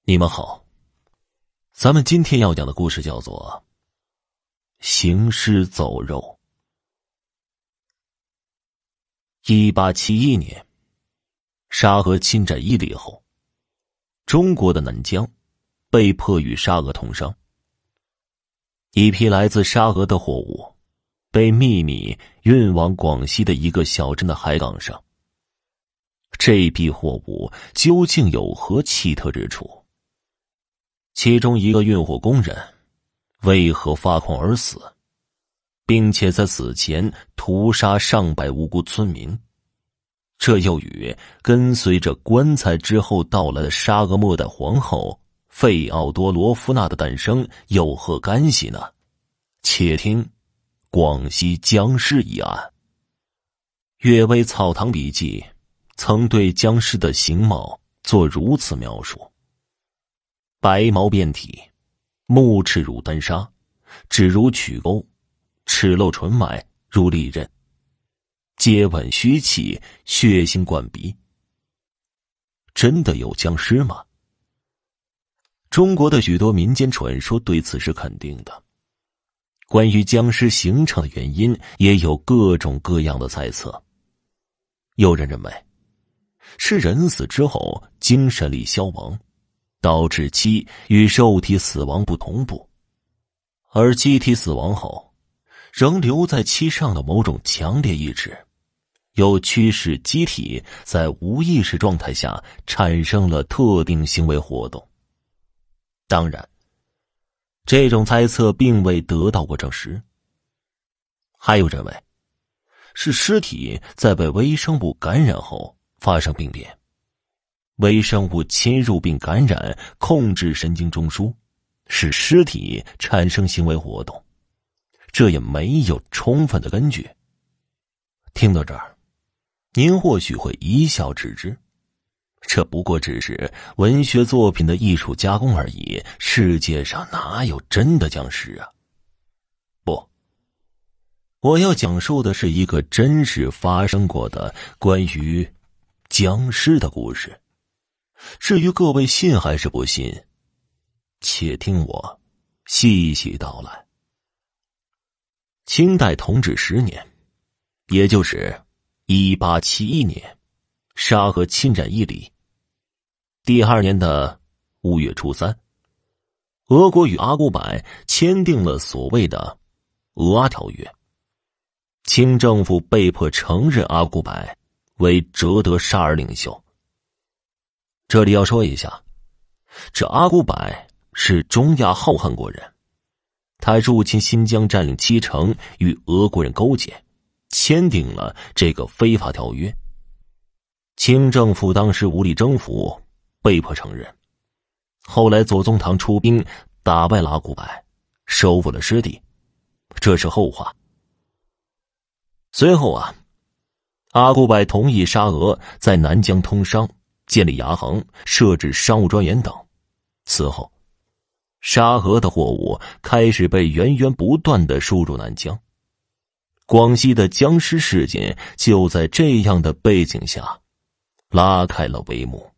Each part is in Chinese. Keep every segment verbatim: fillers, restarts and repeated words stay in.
你们好，咱们今天要讲的故事叫做行尸走肉。一八七一年，沙俄侵占伊犁后，中国的南疆被迫与沙俄通商。一批来自沙俄的货物被秘密运往广西的一个小镇的海港上。这批货物究竟有何奇特之处？其中一个运货工人为何发狂而死，并且在死前屠杀上百无辜村民？这又与跟随着棺材之后到来的沙俄末代皇后费奥多罗夫娜的诞生有何干系呢？且听广西僵尸一案。岳微草堂笔记曾对僵尸的形貌做如此描述：白毛遍体，目赤如丹砂，指如曲钩，齿露唇脉如利刃，接吻虚气，血腥灌鼻。真的有僵尸吗？中国的许多民间传说对此是肯定的。关于僵尸形成的原因也有各种各样的猜测。有人认为是人死之后精神力消亡，导致其与肉体死亡不同步，而机体死亡后仍留在其上的某种强烈意志，又驱使机体在无意识状态下产生了特定行为活动。当然，这种猜测并未得到过证实。还有认为是尸体在被微生物感染后发生病变，微生物侵入并感染控制神经中枢，使尸体产生行为活动，这也没有充分的根据。听到这儿，您或许会一笑置之，这不过只是文学作品的艺术加工而已，世界上哪有真的僵尸啊？不，我要讲述的是一个真实发生过的关于僵尸的故事。至于各位信还是不信，且听我细细道来。清代同治十年，也就是一八七一年，沙俄侵占伊犁。第二年的五月初三，俄国与阿古柏签订了所谓的俄阿条约。清政府被迫承认阿古柏为哲德沙尔领袖。这里要说一下，这阿古柏是中亚浩瀚国人，他入侵新疆占领七成，与俄国人勾结，签订了这个非法条约。清政府当时无力征服，被迫承认。后来左宗棠出兵打败了阿古柏，收复了失地，这是后话。随后啊，阿古柏同意沙俄在南疆通商，建立牙行，设置商务专员等。此后，沙俄的货物开始被源源不断地输入南疆。广西的僵尸事件就在这样的背景下拉开了帷幕。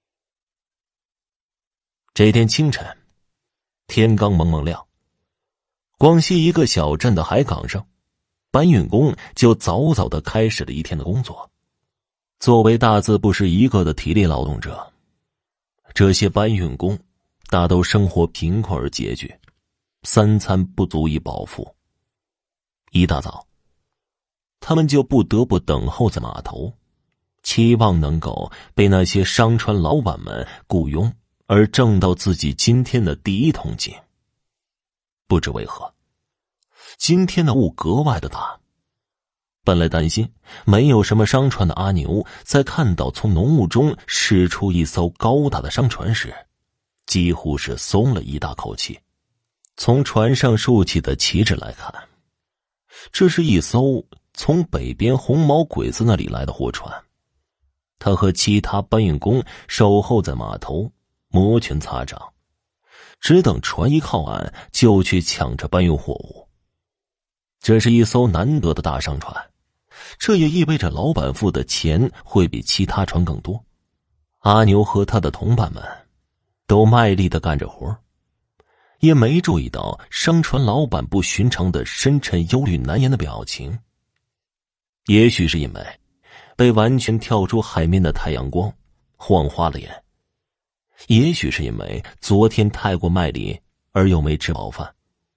这天清晨，天刚蒙蒙亮，广西一个小镇的海港上，搬运工就早早地开始了一天的工作。作为大字不识一个的体力劳动者，这些搬运工大都生活贫困而拮据，三餐不足以饱腹。一大早，他们就不得不等候在码头，期望能够被那些商船老板们雇佣，而挣到自己今天的第一桶金。不知为何，今天的雾格外的大。本来担心没有什么商船的阿牛，在看到从浓雾中驶出一艘高大的商船时，几乎是松了一大口气。从船上竖起的旗帜来看，这是一艘从北边红毛鬼子那里来的货船。他和其他搬运工守候在码头，摩拳擦掌，只等船一靠岸就去抢着搬运货物。这是一艘难得的大商船，这也意味着老板付的钱会比其他船更多。阿牛和他的同伴们都卖力地干着活，也没注意到商船老板不寻常的深沉忧虑难言的表情。也许是因为被完全跳出海面的太阳光晃花了眼，也许是因为昨天太过卖力而又没吃饱饭。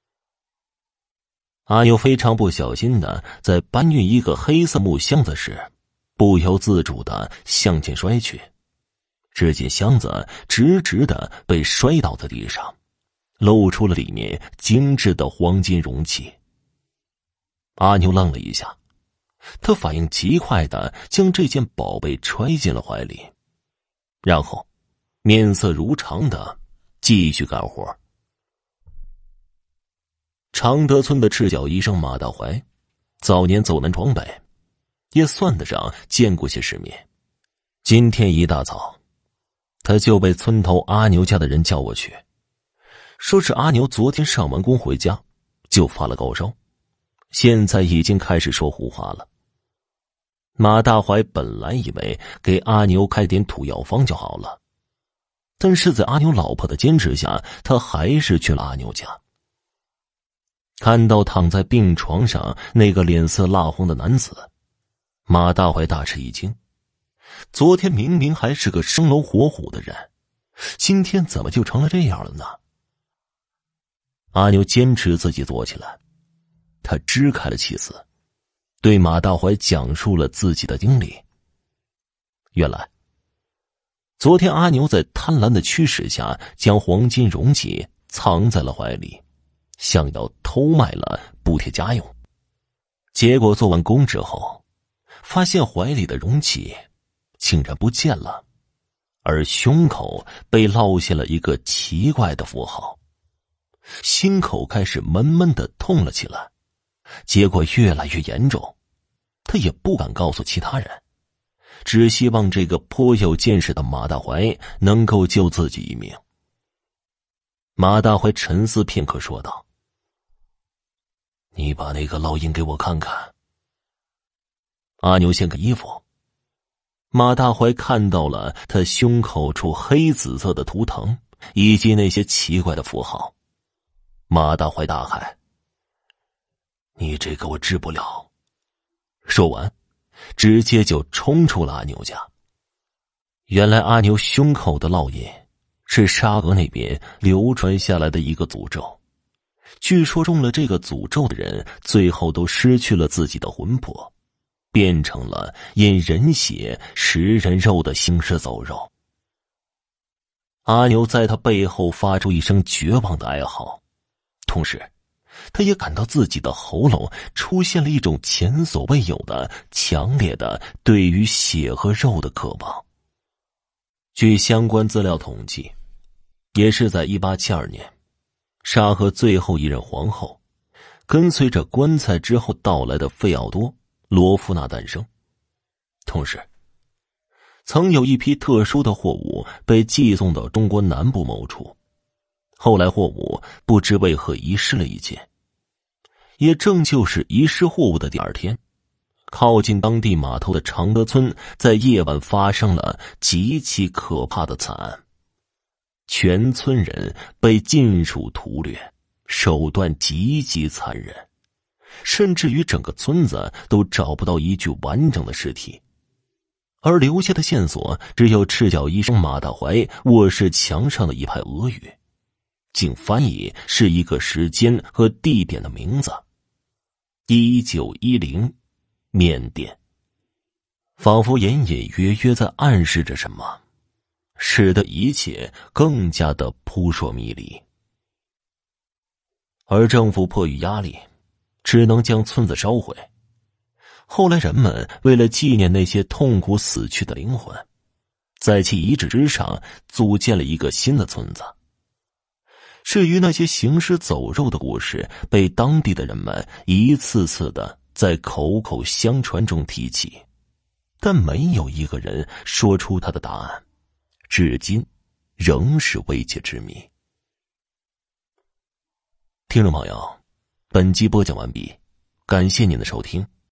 阿牛非常不小心的在搬运一个黑色木箱子时，不由自主的向前摔去，只见箱子直直的被摔倒在地上，露出了里面精致的黄金容器。阿牛愣了一下，他反应极快的将这件宝贝揣进了怀里，然后面色如常的继续干活。常德村的赤脚医生马大怀早年走南闯北，也算得上见过些世面。今天一大早，他就被村头阿牛家的人叫过去，说是阿牛昨天上完工回家就发了高烧，现在已经开始说胡话了。马大怀本来以为给阿牛开点土药方就好了，但是在阿牛老婆的坚持下，他还是去了阿牛家。看到躺在病床上那个脸色蜡黄的男子，马大怀大吃一惊。昨天明明还是个生龙活虎的人，今天怎么就成了这样了呢？阿牛坚持自己坐起来，他支开了气死，对马大怀讲述了自己的经历。原来昨天阿牛在贪婪的驱使下，将黄金容器藏在了怀里，想要偷卖了补贴家用。结果做完工之后，发现怀里的容器竟然不见了，而胸口被烙下了一个奇怪的符号，心口开始闷闷的痛了起来，结果越来越严重。他也不敢告诉其他人，只希望这个颇有见识的马大怀能够救自己一命。马大怀沉思片刻说道：你把那个烙印给我看看。阿牛掀开衣服，马大怀看到了他胸口处黑紫色的图腾以及那些奇怪的符号。马大怀大喊：你这个我治不了！说完直接就冲出了阿牛家。原来阿牛胸口的烙印是沙俄那边流传下来的一个诅咒，据说中了这个诅咒的人最后都失去了自己的魂魄，变成了饮人血食人肉的行尸走肉。阿牛在他背后发出一声绝望的哀嚎，同时他也感到自己的喉咙出现了一种前所未有的强烈的对于血和肉的渴望。据相关资料统计，也是在一八七二年，沙俄最后一任皇后跟随着棺材之后到来的费奥多·罗夫娜诞生。同时曾有一批特殊的货物被寄送到中国南部某处，后来货物不知为何遗失了一件。也正就是遗失货物的第二天，靠近当地码头的常德村在夜晚发生了极其可怕的惨案，全村人被尽数屠掠，手段极其残忍，甚至于整个村子都找不到一具完整的尸体，而留下的线索只有赤脚医生马大怀卧室墙上的一排俄语，竟翻译是一个时间和地点的名字：一九一零，缅甸。仿佛隐隐约约在暗示着什么，使得一切更加的扑朔迷离。而政府迫于压力，只能将村子烧毁。后来人们为了纪念那些痛苦死去的灵魂，在其遗址之上组建了一个新的村子。至于那些行尸走肉的故事，被当地的人们一次次的在口口相传中提起，但没有一个人说出他的答案，至今仍是未解之谜。听众朋友，本集播讲完毕，感谢您的收听。